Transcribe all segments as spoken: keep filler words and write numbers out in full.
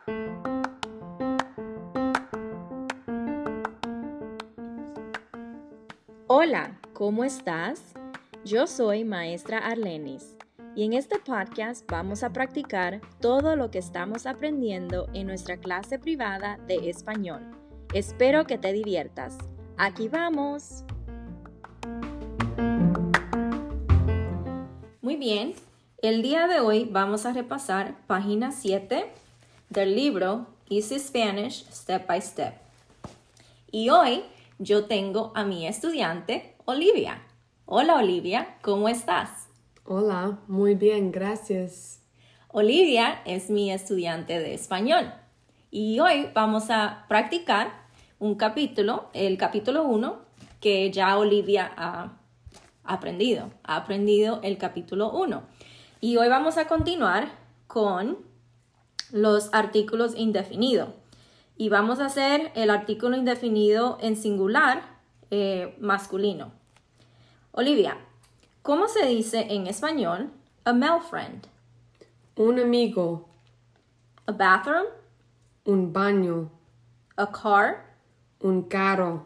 Hola, ¿cómo estás? Yo soy Maestra Arlenis y en este podcast vamos a practicar todo lo que estamos aprendiendo en nuestra clase privada de español. Espero que te diviertas. ¡Aquí vamos! Muy bien, el día de hoy vamos a repasar página siete del libro Easy Spanish Step by Step. Y hoy yo tengo a mi estudiante, Olivia. Hola, Olivia, ¿cómo estás? Hola, muy bien, gracias. Olivia es mi estudiante de español y hoy vamos a practicar un capítulo, el capítulo uno, que ya Olivia ha aprendido. Ha aprendido el capítulo uno. Y hoy vamos a continuar con los artículos indefinidos. Y vamos a hacer el artículo indefinido en singular eh, masculino. Olivia, ¿cómo se dice en español a male friend? Un amigo, A bathroom, un baño, a car, un carro,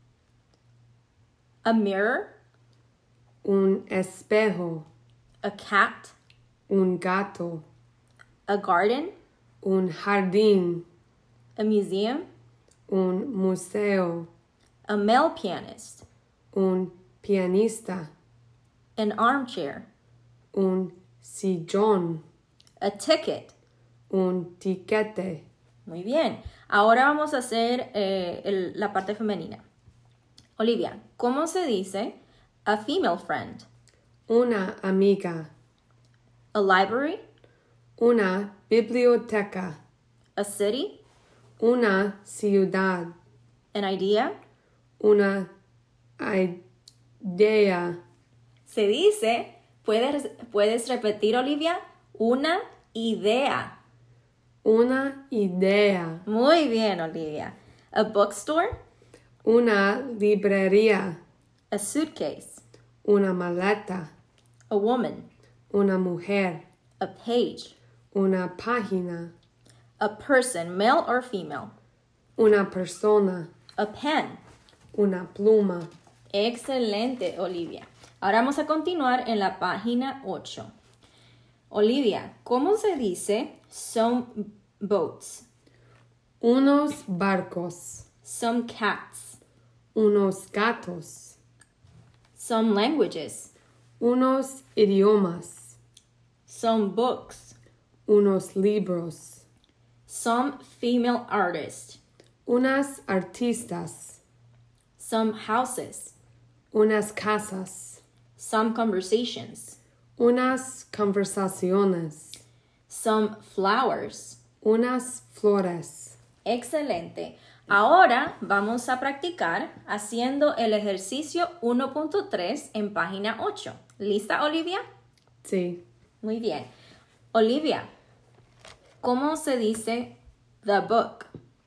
a mirror, un espejo, a cat, un gato, a garden, un jardín, a museum, un museo, a male pianist, un pianista, an armchair, un sillón, a ticket. un tiquete, Muy bien. Ahora vamos a hacer eh, el- la parte femenina. Olivia, ¿cómo se dice a female friend? una amiga, A library, una biblioteca, a city, una ciudad, an idea. una idea, Se dice, ¿puedes, puedes repetir, Olivia? Una idea. una idea, Muy bien, Olivia. A bookstore, una librería, a suitcase, una maleta, a woman, una mujer, a page, una página, a person, male or female, una persona, a pen. una pluma. Excelente, Olivia. Ahora vamos a continuar en la página ocho. Olivia, ¿cómo se dice some boats, Unos barcos, some cats, unos gatos, some languages, unos idiomas, some books, unos libros, some female artists, unas artistas, some houses, unas casas, some conversations, unas conversaciones, some flowers. unas flores. Excelente. Ahora vamos a practicar haciendo el ejercicio uno punto tres en página ocho. ¿Lista, Olivia? Sí, Muy bien. Olivia, ¿cómo se dice the book,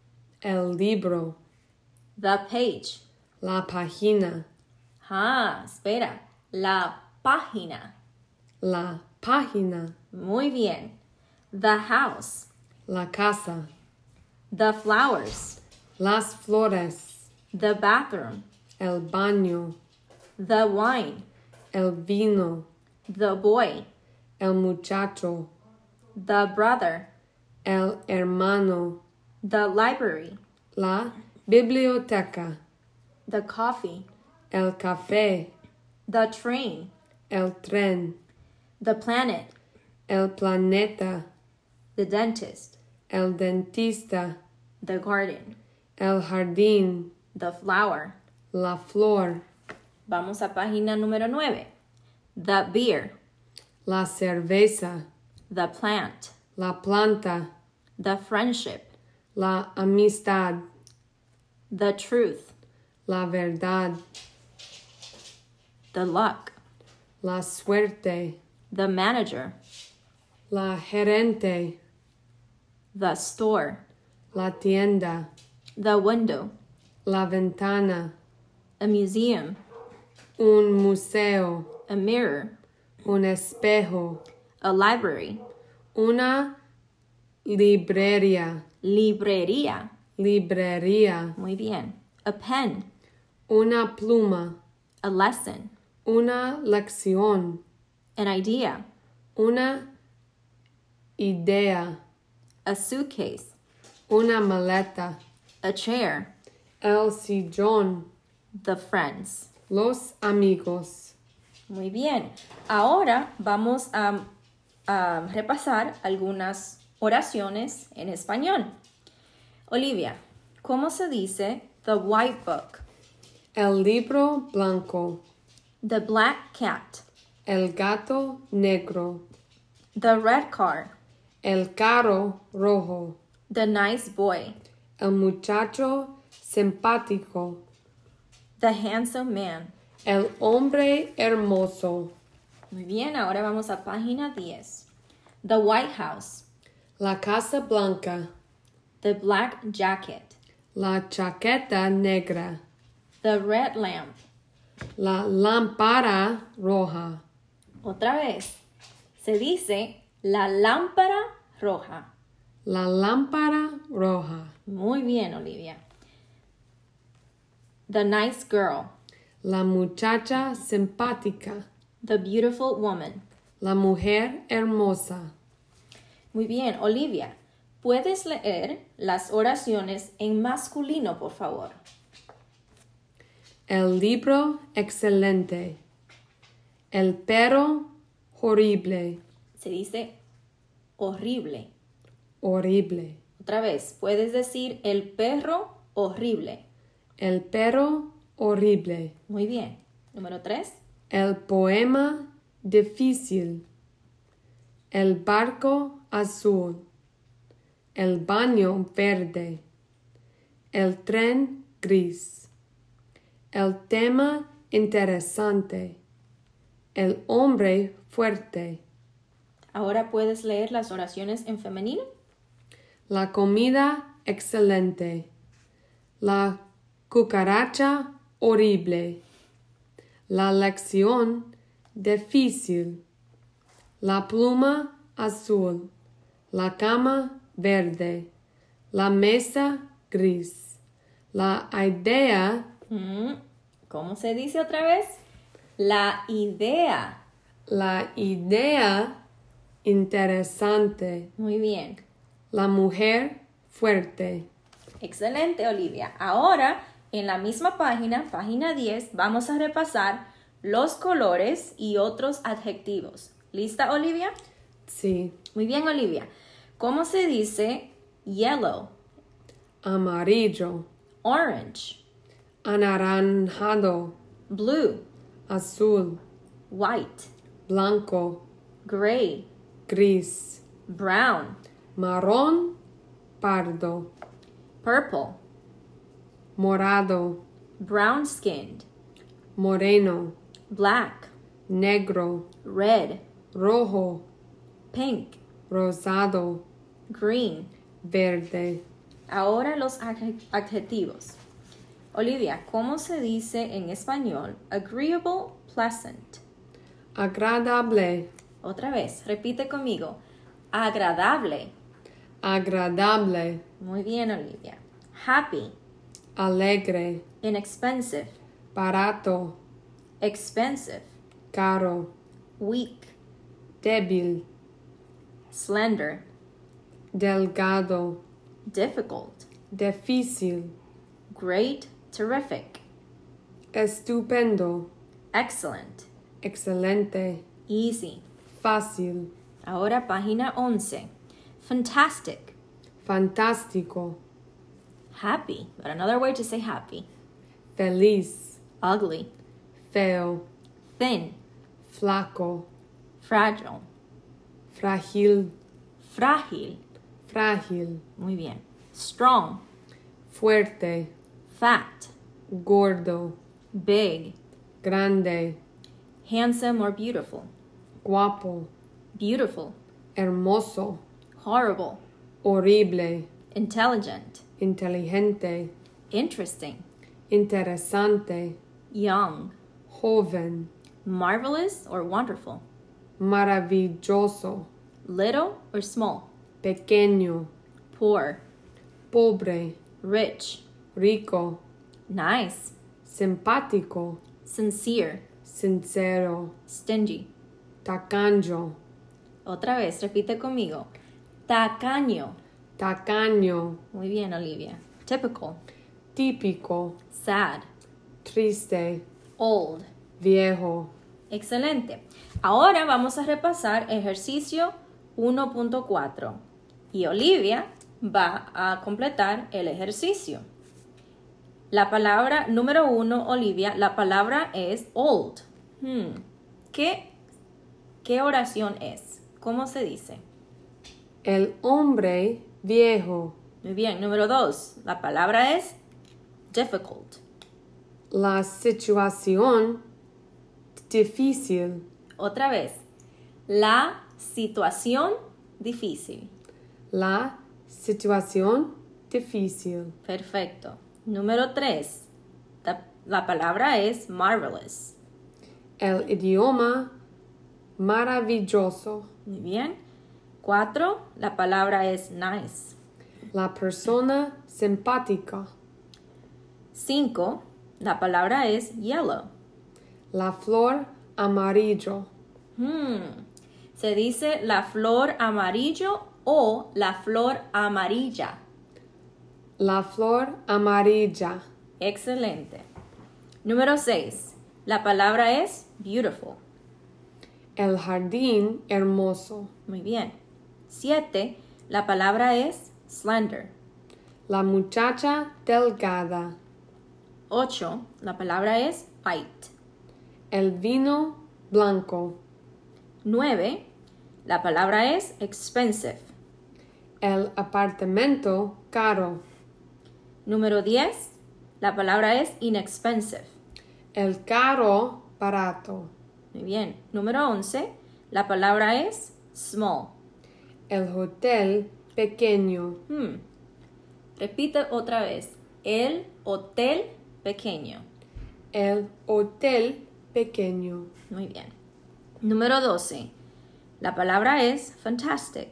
el libro, the page? la página, Ah, espera, la página. la página, Muy bien. The house, la casa, the flowers, las flores, the bathroom, el baño, the wine, el vino, the boy, el muchacho, the brother, el hermano, the library, la biblioteca, the coffee, el café, the train, el tren, the planet, el planeta, the dentist, el dentista, the garden, el jardín, the flower. la flor, Vamos a página número nueve. The beer, la cerveza, the plant, la planta, the friendship, la amistad, the truth, la verdad, the luck, la suerte, the manager, la gerente, the store, la tienda, the window, la ventana, a museum, un museo, a mirror, un espejo, a library, una librería, Librería. librería, Muy bien. A pen. una pluma, A lesson. una lección, An idea. una idea, A suitcase. una maleta, A chair. el sillón, The friends. los amigos. Muy bien. Ahora vamos a, a repasar algunas oraciones en español. Olivia, ¿cómo se dice the white book? El libro blanco, The black cat. el gato negro, The red car. el carro rojo, The nice boy. el muchacho simpático, The handsome man. el hombre hermoso, Muy bien, ahora vamos a página diez. The White House. la casa blanca, The black jacket. la chaqueta negra, The red lamp. la lámpara roja, Otra vez. Se dice la lámpara roja. la lámpara roja, Muy bien, Olivia. The nice girl. la muchacha simpática, The beautiful woman. la mujer hermosa. Muy bien, Olivia. ¿Puedes leer las oraciones en masculino, por favor? El libro excelente, el perro horrible, Se dice horrible. horrible, Otra vez, puedes decir el perro horrible. el perro horrible, Muy bien. Número tres. el poema difícil, el barco azul, el baño verde, el tren gris, el tema interesante, el hombre fuerte, Ahora puedes leer las oraciones en femenino. la comida excelente, la cucaracha horrible, la lección difícil, la pluma azul, la cama verde, la mesa gris, la idea, Mm, ¿Cómo se dice otra vez? La idea. la idea interesante, Muy bien. la mujer fuerte. Excelente, Olivia. Ahora, en la misma página, página diez, vamos a repasar los colores y otros adjetivos. ¿Lista, Olivia? Sí, Muy bien, Olivia. ¿Cómo se dice yellow, amarillo, orange, anaranjado, blue, azul, white, blanco, gray, gris, brown, marrón, pardo, purple, morado, brown skinned, moreno, black, negro, red, rojo, pink, rosado, green. verde. Ahora los adje- adjetivos. Olivia, ¿cómo se dice en español agreeable, pleasant? Agradable, Otra vez, repite conmigo. Agradable. agradable, Muy bien, Olivia. Happy, alegre, inexpensive, barato, expensive, caro, weak, débil, slender, delgado, difficult, difícil, great, terrific, estupendo, excellent, excelente, easy. fácil, Ahora página once. Fantastic, fantástico, happy, but another way to say happy. feliz, Ugly, feo, thin, flaco, fragile, frágil, frágil. frágil, Muy bien. Strong, fuerte, fat, gordo, big, grande, handsome or beautiful, guapo, beautiful, hermoso, horrible, horrible, intelligent, inteligente, interesting, interesante, young, joven, marvelous or wonderful, maravilloso, little or small, pequeño, poor, pobre, rich, rico, nice, simpático, sincere, sincero, stingy. tacaño, Otra vez, repite conmigo. Tacaño. tacaño, Muy bien, Olivia. Typical, típico, sad, triste, old. viejo. Excelente. Ahora vamos a repasar ejercicio uno punto cuatro y Olivia va a completar el ejercicio. La palabra número uno, Olivia, la palabra es old. Hmm. ¿Qué, ¿Qué oración es? ¿Cómo se dice? El hombre viejo. Muy bien. Número dos, la palabra es difficult. La situación difícil. Otra vez, la situación difícil. La situación difícil. Perfecto. Número tres, la, la palabra es marvelous. El idioma maravilloso. Muy bien. Cuatro, la palabra es nice. La persona simpática. Cinco, la palabra es yellow. La flor amarillo. Hmm. Se dice la flor amarillo o la flor amarilla. La flor amarilla. Excelente. Número seis, la palabra es beautiful. El jardín hermoso. Muy bien. Siete, la palabra es slender. La muchacha delgada. Ocho, la palabra es white. El vino blanco. Nueve, la palabra es expensive. El apartamento caro. Número diez, la palabra es inexpensive. El carro barato. Muy bien. Número once, la palabra es small. El hotel pequeño. Hmm. Repite otra vez. El hotel pequeño. El hotel pequeño. Muy bien. Número doce, la palabra es fantastic.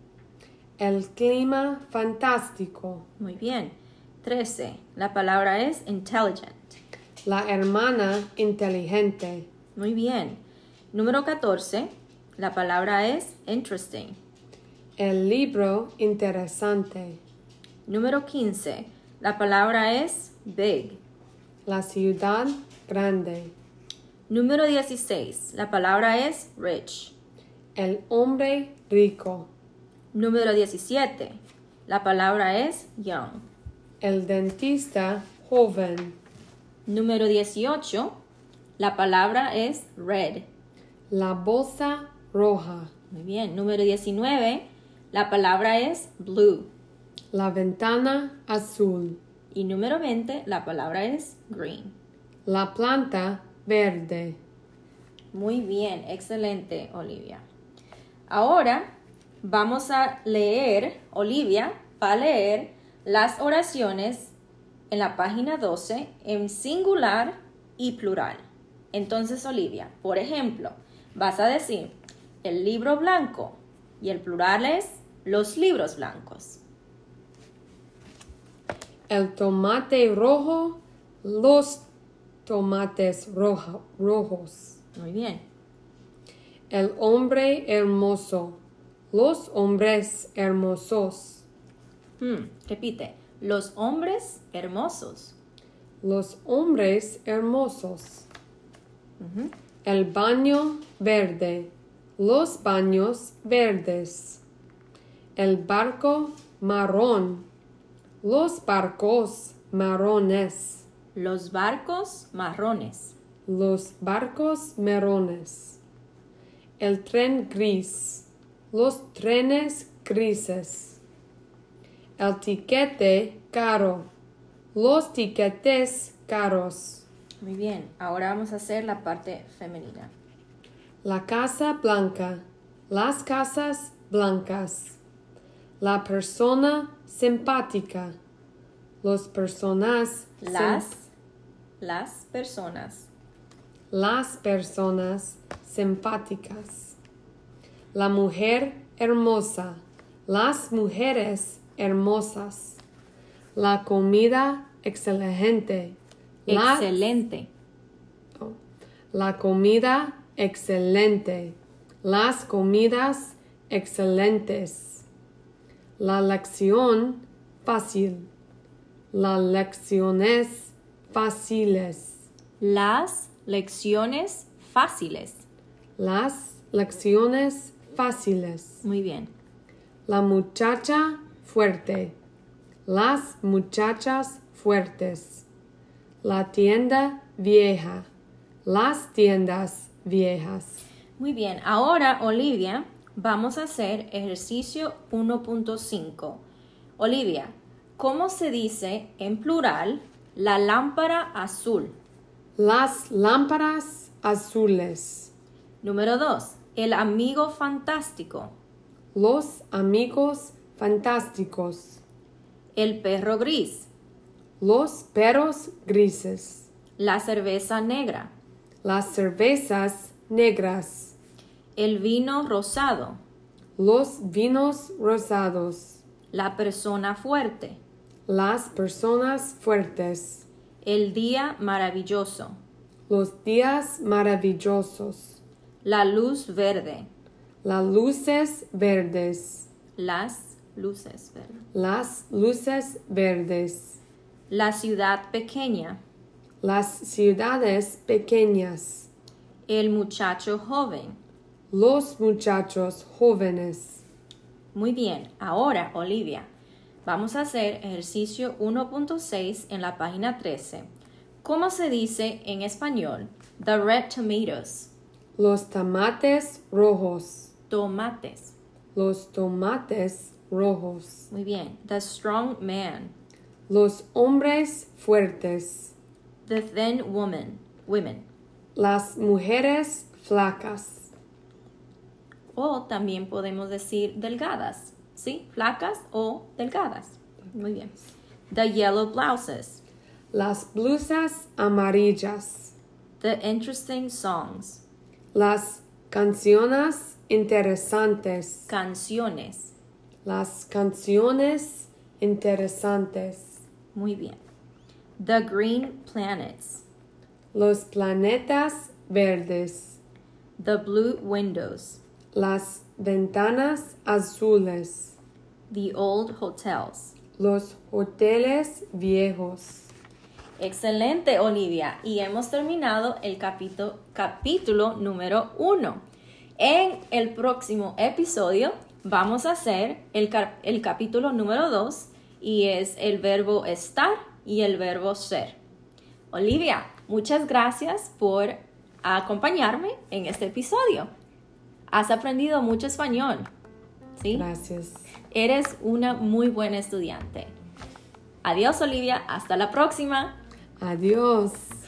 El clima fantástico. Muy bien. trece, la palabra es intelligent. La hermana inteligente. Muy bien. Número catorce, la palabra es interesting. El libro interesante. Número quince, la palabra es big. La ciudad grande. Número dieciséis, la palabra es rich. El hombre rico. Número diecisiete, la palabra es young. El dentista joven. Número dieciocho, la palabra es red. La bolsa roja. Muy bien. Número diecinueve, la palabra es blue. La ventana azul. Y número veinte, la palabra es green. La planta verde. Muy bien, excelente, Olivia. Ahora vamos a leer, Olivia va a leer las oraciones en la página doce en singular y plural. Entonces, Olivia, por ejemplo, vas a decir el libro blanco y el plural es los libros blancos. El tomate rojo. Los tomates roja- rojos. Muy bien. El hombre hermoso. Los hombres hermosos. Hmm, repite, los hombres hermosos. Los hombres hermosos. Ujú. El baño verde. Los baños verdes. El barco marrón. Los barcos marrones. Los barcos marrones. Los barcos marrones. El tren gris. Los trenes grises. El tiquete caro. Los tiquetes caros. Muy bien, ahora vamos a hacer la parte femenina. La casa blanca. Las casas blancas. La persona simpática. Los personas Las, sim- las personas. las personas simpáticas. La mujer hermosa. Las mujeres hermosas. La comida excelente. La- Excelente. oh, La comida excelente. Las comidas excelentes. La lección fácil. Las lecciones fáciles. Las lecciones fáciles. Las lecciones fáciles. Muy bien. La muchacha fuerte. Las muchachas fuertes. La tienda vieja. Las tiendas viejas. Muy bien. Ahora, Olivia, vamos a hacer ejercicio uno punto cinco. Olivia, ¿cómo se dice en plural la lámpara azul? Las lámparas azules. Número dos, el amigo fantástico. Los amigos fantásticos. El perro gris. Los perros grises. La cerveza negra. Las cervezas negras. El vino rosado. Los vinos rosados. La persona fuerte. Las personas fuertes. El día maravilloso. Los días maravillosos. La luz verde. Las luces verdes. Las luces verdes. Las luces verdes. La ciudad pequeña. Las ciudades pequeñas. El muchacho joven. Los muchachos jóvenes. Muy bien, ahora, Olivia, vamos a hacer ejercicio uno punto seis en la página trece. ¿Cómo se dice en español? The red tomatoes. Los tomates rojos. Tomates. Los tomates rojos. Muy bien. The strong man. Los hombres fuertes. The thin woman. Women. Las mujeres flacas. O también podemos decir delgadas. ¿Sí? Flacas o delgadas. Muy bien. The yellow blouses. Las blusas amarillas. The interesting songs. Las canciones interesantes. Canciones. Las canciones interesantes. Muy bien. The green planets. Los planetas verdes. The blue windows. Las ventanas azules. The old hotels. Los hoteles viejos. Excelente, Olivia. Y hemos terminado el capítulo, capítulo número uno. En el próximo episodio vamos a hacer el, cap- el capítulo número dos y es el verbo estar y el verbo ser. Olivia, muchas gracias por acompañarme en este episodio. Has aprendido mucho español, ¿sí? Gracias. Eres una muy buena estudiante. Adiós, Olivia. Hasta la próxima. Adiós.